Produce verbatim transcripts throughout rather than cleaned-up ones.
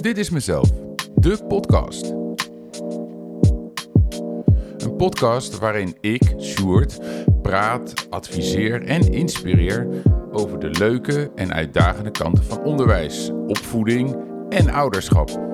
Dit is mezelf, de podcast. Een podcast waarin ik, Sjoerd, praat, adviseer en inspireer over de leuke en uitdagende kanten van onderwijs, opvoeding en ouderschap.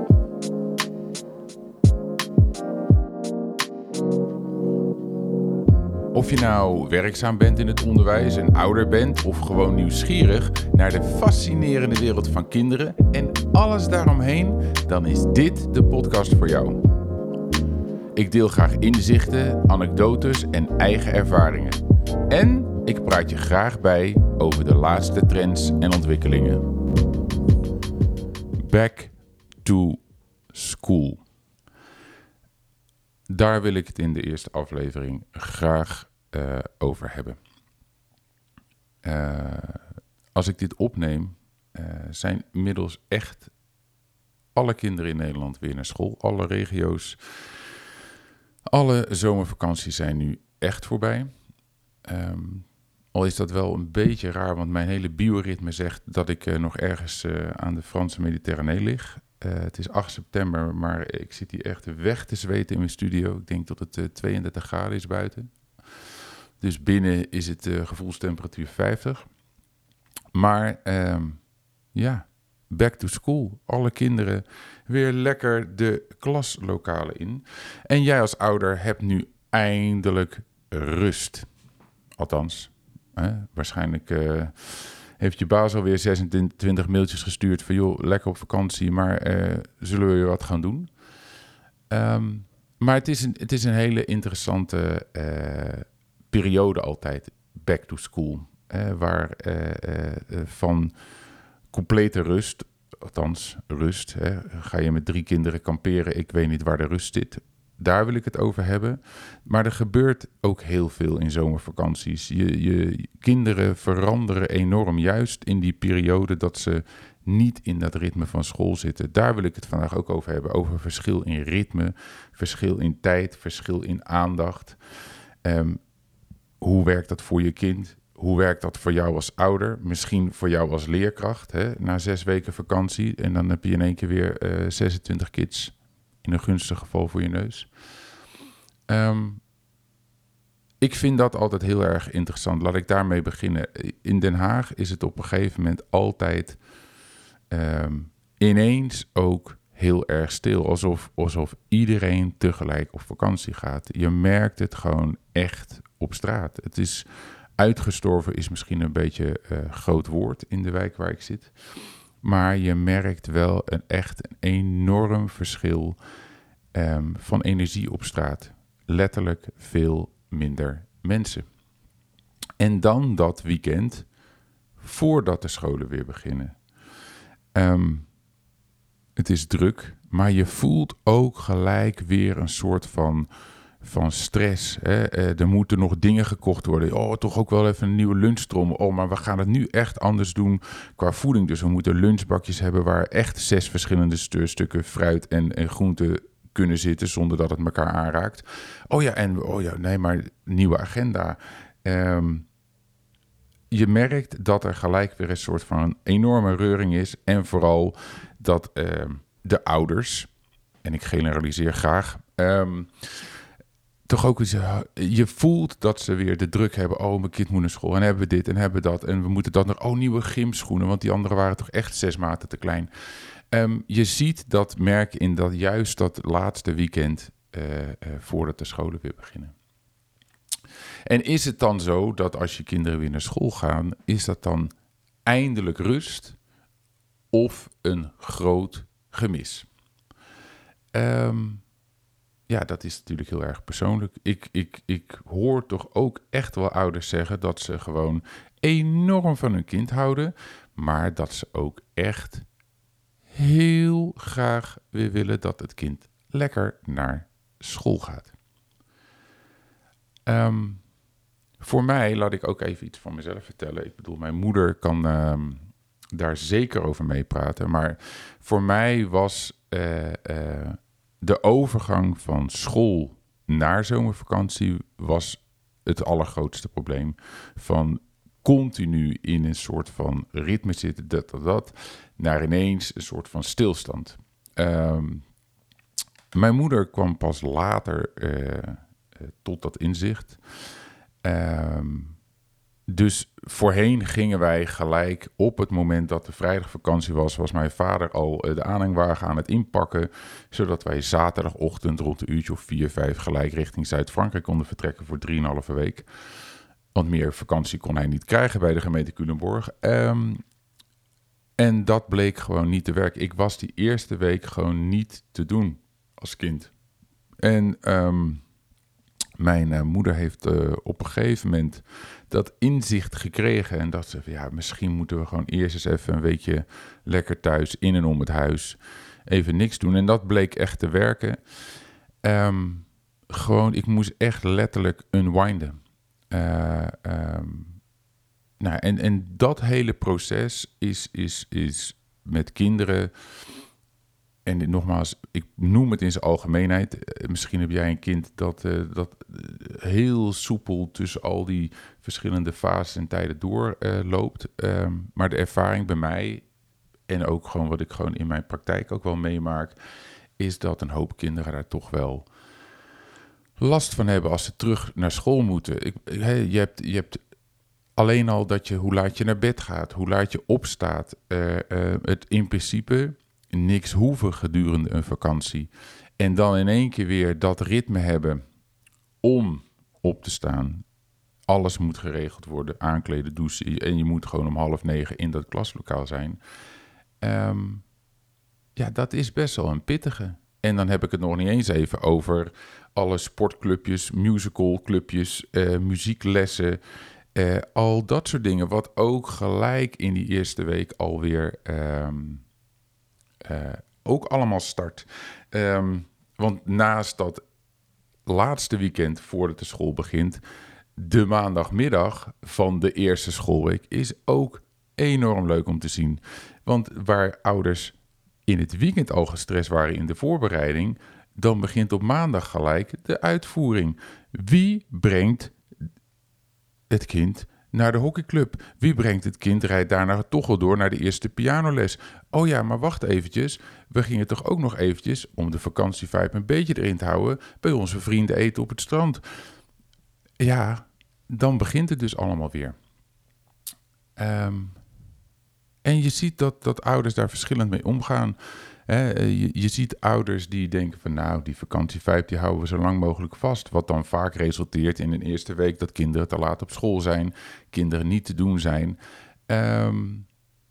Of je nou werkzaam bent in het onderwijs, een ouder bent of gewoon nieuwsgierig naar de fascinerende wereld van kinderen en alles daaromheen, dan is dit de podcast voor jou. Ik deel graag inzichten, anekdotes en eigen ervaringen. En ik praat je graag bij over de laatste trends en ontwikkelingen. Back to school. Daar wil ik het in de eerste aflevering graag uh, over hebben. Uh, als ik dit opneem, uh, zijn inmiddels echt alle kinderen in Nederland weer naar school. Alle regio's, alle zomervakanties zijn nu echt voorbij. Um, al is dat wel een beetje raar, want mijn hele bioritme zegt dat ik uh, nog ergens uh, aan de Franse Mediterranee lig. Uh, het is acht september, maar ik zit hier echt weg te zweten in mijn studio. Ik denk dat het uh, tweeëndertig graden is buiten. Dus binnen is het uh, gevoelstemperatuur vijftig. Maar um, ja, back to school. Alle kinderen weer lekker de klaslokalen in. En jij als ouder hebt nu eindelijk rust. Althans, hè, waarschijnlijk... Uh, heeft je baas alweer zesentwintig mailtjes gestuurd van joh, lekker op vakantie, maar uh, zullen we weer wat gaan doen? Um, maar het is, een, het is een hele interessante uh, periode altijd, back to school. Uh, waar uh, uh, van complete rust, althans rust, hè, ga je met drie kinderen kamperen, ik weet niet waar de rust zit. Daar wil ik het over hebben. Maar er gebeurt ook heel veel in zomervakanties. Je, je kinderen veranderen enorm, juist in die periode dat ze niet in dat ritme van school zitten. Daar wil ik het vandaag ook over hebben. Over verschil in ritme, verschil in tijd, verschil in aandacht. Um, hoe werkt dat voor je kind? Hoe werkt dat voor jou als ouder? Misschien voor jou als leerkracht, hè? Na zes weken vakantie. En dan heb je in één keer weer uh, zesentwintig kids in een gunstig geval voor je neus. Um, ik vind dat altijd heel erg interessant. Laat ik daarmee beginnen. In Den Haag is het op een gegeven moment altijd um, ineens ook heel erg stil. Alsof, alsof iedereen tegelijk op vakantie gaat. Je merkt het gewoon echt op straat. Het is uitgestorven, is misschien een beetje een uh, groot woord in de wijk waar ik zit. Maar je merkt wel een echt een enorm verschil um, van energie op straat. Letterlijk veel minder mensen. En dan dat weekend, voordat de scholen weer beginnen. Um, het is druk, maar je voelt ook gelijk weer een soort van... van stress. Hè? Uh, er moeten nog dingen gekocht worden. Oh, toch ook wel even een nieuwe lunchtrommel. Oh, maar we gaan het nu echt anders doen qua voeding. Dus we moeten lunchbakjes hebben waar echt zes verschillende stu- stukken fruit en, en groenten kunnen zitten zonder dat het elkaar aanraakt. Oh ja, en oh ja, nee, maar nieuwe agenda. Um, je merkt dat er gelijk weer een soort van een enorme reuring is. En vooral dat uh, de ouders, en ik generaliseer graag... Um, toch ook iets, je voelt dat ze weer de druk hebben. Oh, mijn kind moet naar school en hebben we dit en hebben we dat. En we moeten dat nog. Oh, nieuwe gymschoenen, want die andere waren toch echt zes maten te klein. Um, je ziet dat merk in dat juist dat laatste weekend uh, uh, voordat de scholen weer beginnen. En is het dan zo dat als je kinderen weer naar school gaan, is dat dan eindelijk rust of een groot gemis? Um, Ja, dat is natuurlijk heel erg persoonlijk. Ik, ik, ik hoor toch ook echt wel ouders zeggen dat ze gewoon enorm van hun kind houden, maar dat ze ook echt heel graag weer willen dat het kind lekker naar school gaat. Um, voor mij, laat ik ook even iets van mezelf vertellen. Ik bedoel, mijn moeder kan um, daar zeker over meepraten, maar voor mij was... Uh, uh, De overgang van school naar zomervakantie was het allergrootste probleem. Van continu in een soort van ritme zitten, dat, dat, dat, naar ineens een soort van stilstand. Um, mijn moeder kwam pas later uh, uh, tot dat inzicht. Um, dus voorheen gingen wij gelijk op het moment dat de vrijdagvakantie was, was mijn vader al uh, de aanhangwagen aan het inpakken, zodat wij zaterdagochtend rond een uurtje of vier, vijf gelijk richting Zuid-Frankrijk konden vertrekken voor drieënhalve week. Want meer vakantie kon hij niet krijgen bij de gemeente Culemborg. Um, en dat bleek gewoon niet te werken. Ik was die eerste week gewoon niet te doen als kind. En um, mijn uh, moeder heeft uh, op een gegeven moment dat inzicht gekregen. En dacht ze, ja, misschien moeten we gewoon eerst eens even een weekje lekker thuis in en om het huis even niks doen. En dat bleek echt te werken. Um, gewoon, ik moest echt letterlijk unwinden. Uh, um, nou, en, en dat hele proces is, is, is met kinderen. En nogmaals, ik noem het in zijn algemeenheid. Misschien heb jij een kind dat, uh, dat heel soepel tussen al die verschillende fases en tijden doorloopt. Uh, um, maar de ervaring bij mij, en ook gewoon wat ik gewoon in mijn praktijk ook wel meemaak, is dat een hoop kinderen daar toch wel last van hebben als ze terug naar school moeten. Ik, hey, je, hebt, je hebt alleen al dat je, hoe laat je naar bed gaat, hoe laat je opstaat. Uh, uh, het in principe niks hoeven gedurende een vakantie. En dan in één keer weer dat ritme hebben om op te staan. Alles moet geregeld worden, aankleden, douchen. En je moet gewoon om half negen in dat klaslokaal zijn. Um, ja, dat is best wel een pittige. En dan heb ik het nog niet eens even over alle sportclubjes, musicalclubjes, uh, muzieklessen. Uh, al dat soort dingen, wat ook gelijk in die eerste week alweer um, uh, ook allemaal start. Um, want naast dat laatste weekend voordat de school begint, de maandagmiddag van de eerste schoolweek is ook enorm leuk om te zien. Want waar ouders in het weekend al gestrest waren in de voorbereiding, dan begint op maandag gelijk de uitvoering. Wie brengt het kind naar de hockeyclub? Wie brengt het kind, rijdt daarna toch wel door naar de eerste pianoles? Oh ja, maar wacht eventjes. We gingen toch ook nog eventjes, om de vakantievibe een beetje erin te houden, bij onze vrienden eten op het strand. Ja, dan begint het dus allemaal weer. Um, en je ziet dat, dat ouders daar verschillend mee omgaan. He, je, je ziet ouders die denken van nou, die vakantievibe die houden we zo lang mogelijk vast. Wat dan vaak resulteert in een eerste week dat kinderen te laat op school zijn. Kinderen niet te doen zijn. Um,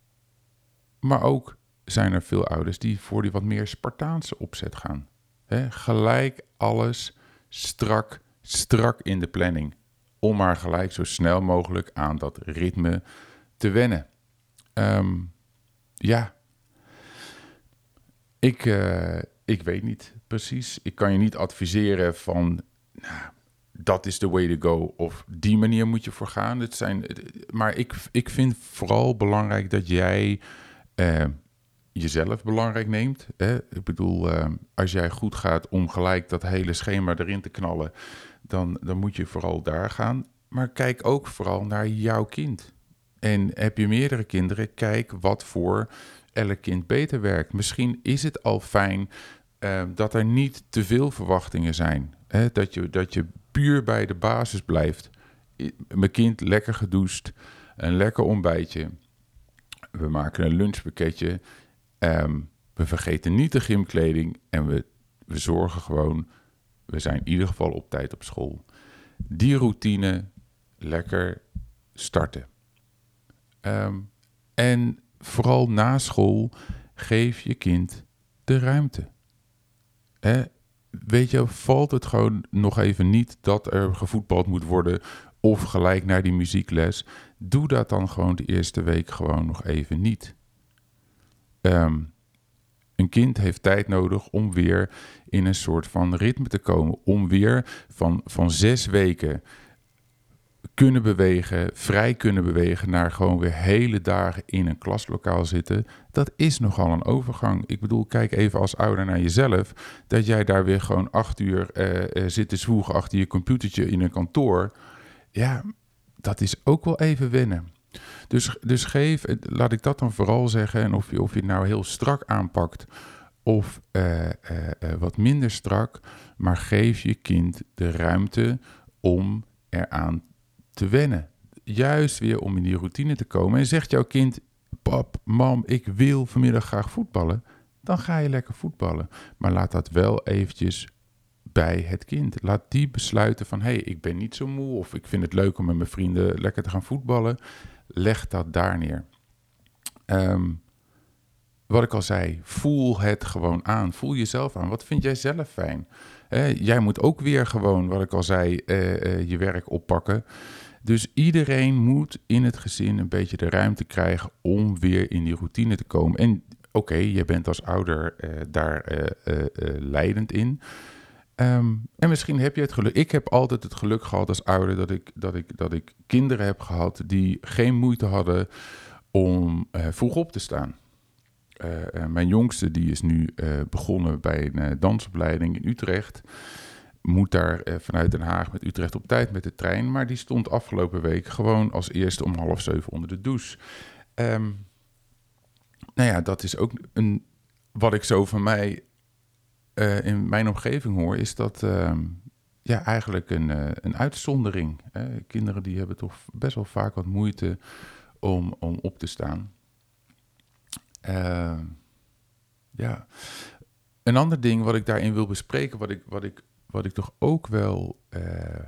maar ook zijn er veel ouders die voor die wat meer Spartaanse opzet gaan. He, gelijk alles strak, strak in de planning. Om maar gelijk zo snel mogelijk aan dat ritme te wennen. Um, ja, ik, uh, ik weet niet precies. Ik kan je niet adviseren van, nou, dat is the way to go of die manier moet je voor gaan. Het zijn, maar ik, ik vind vooral belangrijk dat jij uh, jezelf belangrijk neemt. Hè? Ik bedoel, uh, als jij goed gaat om gelijk dat hele schema erin te knallen, dan, dan moet je vooral daar gaan. Maar kijk ook vooral naar jouw kind. En heb je meerdere kinderen, kijk wat voor elk kind beter werkt. Misschien is het al fijn uh, dat er niet te veel verwachtingen zijn. Hè? Dat je, dat je puur bij de basis blijft. Mijn kind lekker gedoucht, een lekker ontbijtje. We maken een lunchpakketje. Um, we vergeten niet de gymkleding. En we, we zorgen gewoon, we zijn in ieder geval op tijd op school. Die routine, lekker starten. Um, en vooral na school, geef je kind de ruimte. Hè? Weet je, valt het gewoon nog even niet dat er gevoetbald moet worden of gelijk naar die muziekles? Doe dat dan gewoon de eerste week gewoon nog even niet. Um, een kind heeft tijd nodig om weer in een soort van ritme te komen. Om weer van, van zes weken kunnen bewegen, vrij kunnen bewegen, naar gewoon weer hele dagen in een klaslokaal zitten. Dat is nogal een overgang. Ik bedoel, kijk even als ouder naar jezelf, dat jij daar weer gewoon acht uur uh, uh, zit te zwoegen achter je computertje in een kantoor. Ja, dat is ook wel even wennen. Dus, dus geef, laat ik dat dan vooral zeggen, en of je, of je het nou heel strak aanpakt, of uh, uh, uh, wat minder strak, maar geef je kind de ruimte om eraan te wennen. Juist weer om in die routine te komen. En zegt jouw kind, pap, mam, ik wil vanmiddag graag voetballen, dan ga je lekker voetballen. Maar laat dat wel eventjes bij het kind. Laat die besluiten van, hé, hey, ik ben niet zo moe, of ik vind het leuk om met mijn vrienden lekker te gaan voetballen. Leg dat daar neer. Um, wat ik al zei, voel het gewoon aan. Voel jezelf aan. Wat vind jij zelf fijn? Eh, jij moet ook weer gewoon, wat ik al zei, uh, uh, je werk oppakken. Dus iedereen moet in het gezin een beetje de ruimte krijgen om weer in die routine te komen. En oké, okay, je bent als ouder uh, daar uh, uh, uh, leidend in. Um, en misschien heb je het geluk. Ik heb altijd het geluk gehad als ouder dat ik, dat ik, dat ik kinderen heb gehad die geen moeite hadden om uh, vroeg op te staan. Uh, uh, mijn jongste die is nu uh, begonnen bij een uh, dansopleiding in Utrecht. Moet daar uh, vanuit Den Haag met Utrecht op tijd met de trein. Maar die stond afgelopen week gewoon als eerste om half zeven onder de douche. Um, nou ja, dat is ook een, wat ik zo van mij uh, in mijn omgeving hoor, is dat uh, ja, eigenlijk een, uh, een uitzondering. Uh, kinderen die hebben toch best wel vaak wat moeite om, om op te staan. Uh, ja. Een ander ding wat ik daarin wil bespreken, wat ik, wat ik, wat ik toch ook wel uh,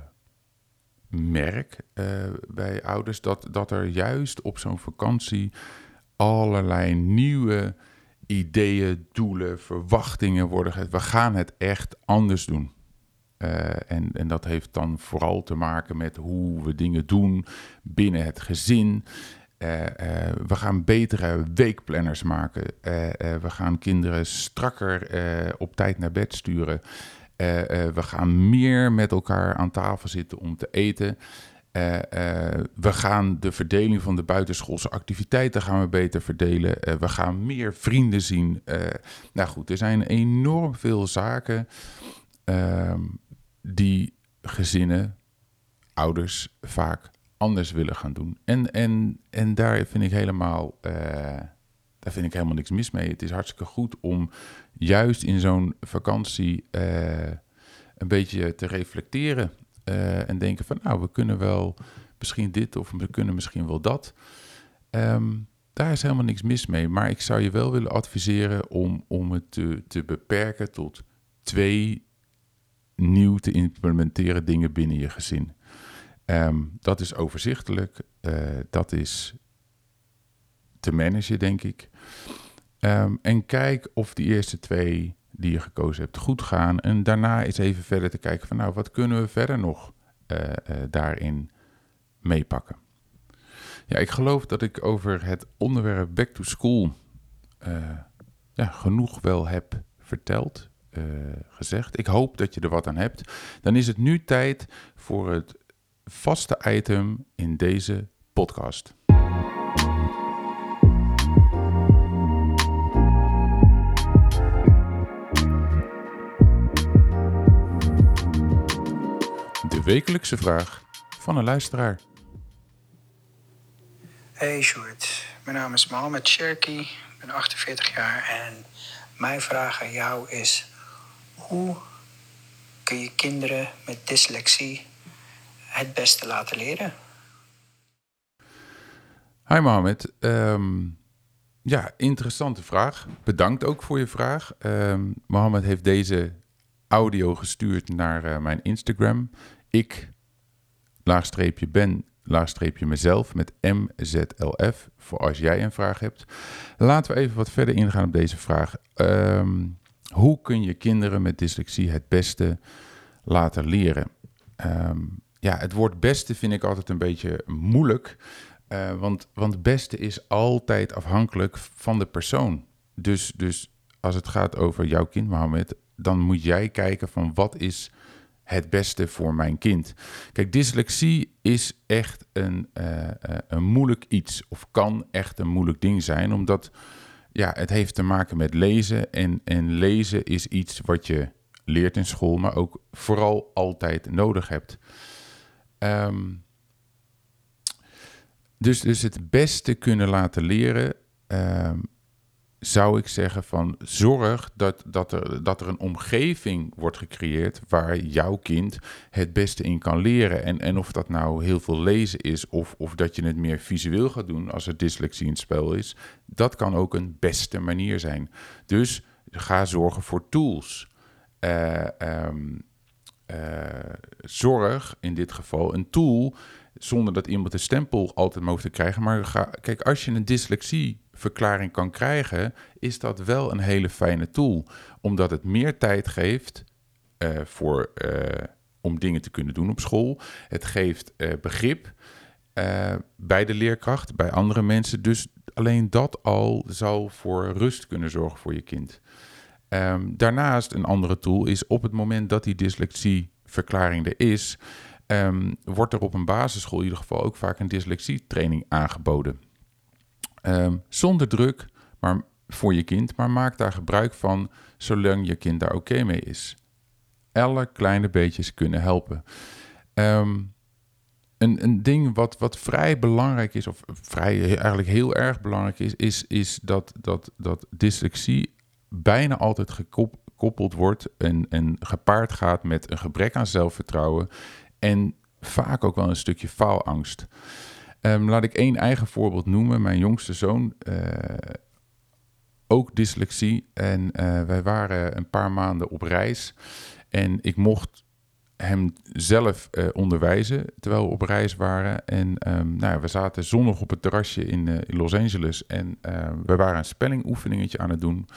merk uh, bij ouders, dat, dat er juist op zo'n vakantie allerlei nieuwe ideeën, doelen, verwachtingen worden gezet. We gaan het echt anders doen. Uh, en, en dat heeft dan vooral te maken met hoe we dingen doen binnen het gezin. Uh, uh, we gaan betere weekplanners maken. Uh, uh, we gaan kinderen strakker uh, op tijd naar bed sturen. Uh, uh, we gaan meer met elkaar aan tafel zitten om te eten. Uh, uh, we gaan de verdeling van de buitenschoolse activiteiten gaan we beter verdelen. Uh, we gaan meer vrienden zien. Uh, nou goed, er zijn enorm veel zaken uh, die gezinnen, ouders vaak anders willen gaan doen. En, en, en daar vind ik helemaal, uh, daar vind ik helemaal niks mis mee. Het is hartstikke goed om juist in zo'n vakantie uh, een beetje te reflecteren. Uh, en denken van, nou, we kunnen wel misschien dit of we kunnen misschien wel dat. Um, daar is helemaal niks mis mee. Maar ik zou je wel willen adviseren om, om het te, te beperken tot twee nieuw te implementeren dingen binnen je gezin. Um, dat is overzichtelijk. Uh, dat is te managen, denk ik. Um, en kijk of die eerste twee die je gekozen hebt goed gaan. En daarna eens even verder te kijken van, nou, wat kunnen we verder nog uh, uh, daarin meepakken. Ja, ik geloof dat ik over het onderwerp back to school uh, ja, genoeg wel heb verteld, uh, gezegd. Ik hoop dat je er wat aan hebt. Dan is het nu tijd voor het vaste item in deze podcast. De wekelijkse vraag van een luisteraar. Hey Sjoerd, mijn naam is Mohamed Sherky, ik ben achtenveertig jaar en mijn vraag aan jou is: hoe kun je kinderen met dyslexie het beste laten leren? Hi Mohamed, um, ja, interessante vraag. Bedankt ook voor je vraag. Um, Mohamed heeft deze audio gestuurd naar uh, mijn Instagram. Ik, laagstreepje ben, laagstreepje mezelf met M Z L F, voor als jij een vraag hebt. Laten we even wat verder ingaan op deze vraag. Um, hoe kun je kinderen met dyslexie het beste laten leren? Um, ja, het woord beste vind ik altijd een beetje moeilijk. Uh, want, want beste is altijd afhankelijk van de persoon. Dus, dus als het gaat over jouw kind, Mohamed, dan moet jij kijken van wat is het beste voor mijn kind. Kijk, dyslexie is echt een, uh, uh, een moeilijk iets. Of kan echt een moeilijk ding zijn. Omdat ja, het heeft te maken met lezen. En, en lezen is iets wat je leert in school, maar ook vooral altijd nodig hebt. Um, dus, dus het beste kunnen laten leren. Um, zou ik zeggen van zorg dat, dat, er, dat er een omgeving wordt gecreëerd waar jouw kind het beste in kan leren. En, en of dat nou heel veel lezen is of, of dat je het meer visueel gaat doen als er dyslexie in het spel is, dat kan ook een beste manier zijn. Dus ga zorgen voor tools. Uh, um, uh, zorg in dit geval een tool zonder dat iemand een stempel altijd maar hoeft te krijgen. Maar ga, kijk, als je een dyslexieverklaring kan krijgen, is dat wel een hele fijne tool. Omdat het meer tijd geeft uh, voor, uh, om dingen te kunnen doen op school. Het geeft uh, begrip uh, bij de leerkracht, bij andere mensen. Dus alleen dat al zal voor rust kunnen zorgen voor je kind. Um, daarnaast een andere tool is op het moment dat die dyslexieverklaring er is, Um, wordt er op een basisschool in ieder geval ook vaak een dyslexietraining aangeboden. Um, zonder druk, maar voor je kind, maar maak daar gebruik van zolang je kind daar oké mee is. Alle kleine beetjes kunnen helpen. Um, een, een ding wat, wat vrij belangrijk is, of vrij eigenlijk heel erg belangrijk is, is, is dat, dat, dat dyslexie bijna altijd gekoppeld wordt en, en gepaard gaat met een gebrek aan zelfvertrouwen. En vaak ook wel een stukje faalangst. Um, laat ik één eigen voorbeeld noemen. Mijn jongste zoon, uh, ook dyslexie. En uh, wij waren een paar maanden op reis. En ik mocht hem zelf uh, onderwijzen terwijl we op reis waren. En um, nou ja, we zaten zonnig op het terrasje in, uh, in Los Angeles. En uh, we waren een spellingoefeningetje aan het doen.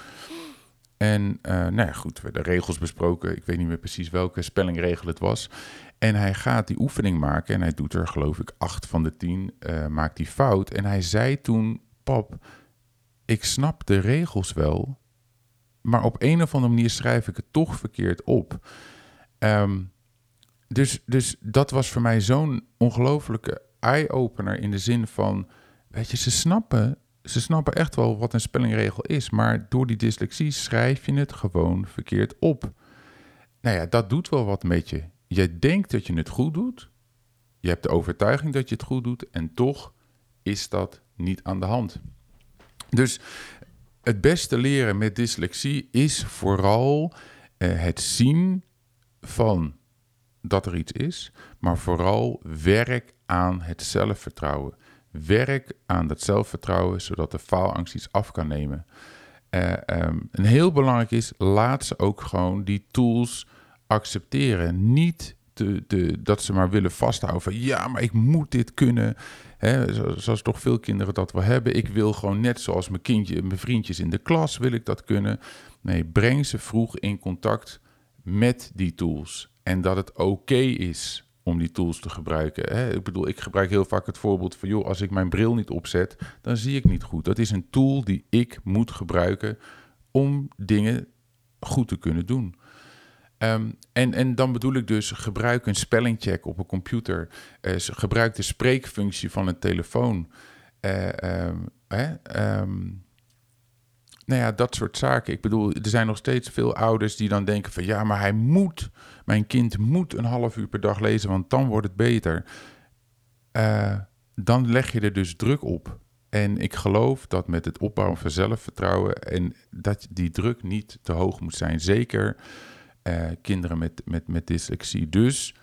En uh, nou ja, goed, we hebben de regels besproken. Ik weet niet meer precies welke spellingregel het was. En hij gaat die oefening maken en hij doet er, geloof ik, acht van de tien, uh, maakt hij fout. En hij zei toen, pap, ik snap de regels wel, maar op een of andere manier schrijf ik het toch verkeerd op. Um, dus, dus dat was voor mij zo'n ongelofelijke eye-opener in de zin van, weet je, ze snappen, ze snappen echt wel wat een spellingregel is, maar door die dyslexie schrijf je het gewoon verkeerd op. Nou ja, dat doet wel wat met je. Je denkt dat je het goed doet. Je hebt de overtuiging dat je het goed doet. En toch is dat niet aan de hand. Dus het beste leren met dyslexie is vooral uh, het zien van dat er iets is. Maar vooral werk aan het zelfvertrouwen. Werk aan dat zelfvertrouwen, zodat de faalangst iets af kan nemen. Uh, um, en heel belangrijk is, laat ze ook gewoon die tools accepteren. Niet te, te, dat ze maar willen vasthouden van ja, maar ik moet dit kunnen. Hè, zoals toch veel kinderen dat wel hebben. Ik wil gewoon net zoals mijn kindje, mijn vriendjes in de klas wil ik dat kunnen. Nee, breng ze vroeg in contact met die tools. En dat het oké is om die tools te gebruiken. Hè. Ik bedoel, ik gebruik heel vaak het voorbeeld van joh, als ik mijn bril niet opzet, dan zie ik niet goed. Dat is een tool die ik moet gebruiken om dingen goed te kunnen doen. Um, en, en dan bedoel ik dus, gebruik een spellingcheck op een computer. Uh, gebruik de spreekfunctie van een telefoon. Uh, um, hè, um, nou ja, dat soort zaken. Ik bedoel, er zijn nog steeds veel ouders die dan denken van ja, maar hij moet, mijn kind moet een half uur per dag lezen, want dan wordt het beter. Uh, dan leg je er dus druk op. En ik geloof dat met het opbouwen van zelfvertrouwen en dat die druk niet te hoog moet zijn. Zeker Uh, kinderen met, met, met dyslexie. Dus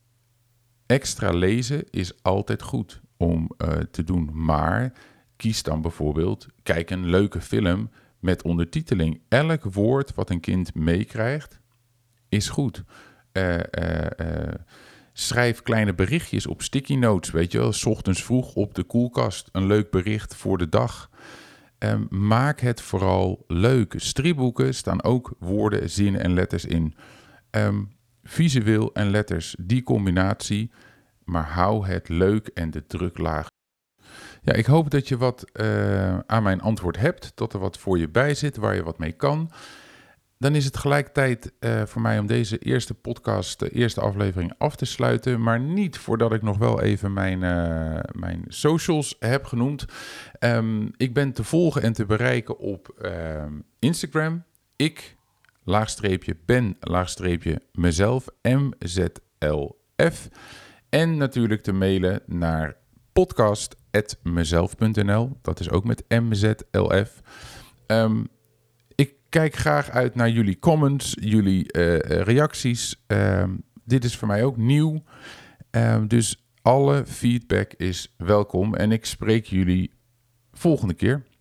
extra lezen is altijd goed om uh, te doen. Maar kies dan bijvoorbeeld, kijk een leuke film met ondertiteling. Elk woord wat een kind meekrijgt is goed. Uh, uh, uh, schrijf kleine berichtjes op sticky notes, weet je wel. 's Ochtends vroeg op de koelkast. Een leuk bericht voor de dag. Um, maak het vooral leuk. Stripboeken staan ook woorden, zinnen en letters in. Um, visueel en letters, die combinatie. Maar hou het leuk en de druk laag. Ja, ik hoop dat je wat uh, aan mijn antwoord hebt. Dat er wat voor je bij zit, waar je wat mee kan. Dan is het gelijk tijd uh, voor mij om deze eerste podcast, de eerste aflevering af te sluiten. Maar niet voordat ik nog wel even mijn, uh, mijn socials heb genoemd. Um, ik ben te volgen en te bereiken op uh, Instagram. Ik, laagstreepje, ben, laagstreepje, mezelf, M Z L F. En natuurlijk te mailen naar podcast at mezelf punt n l. Dat is ook met M Z L F. Um, ik kijk graag uit naar jullie comments, jullie uh, reacties. Um, dit is voor mij ook nieuw. Um, dus alle feedback is welkom. En ik spreek jullie volgende keer.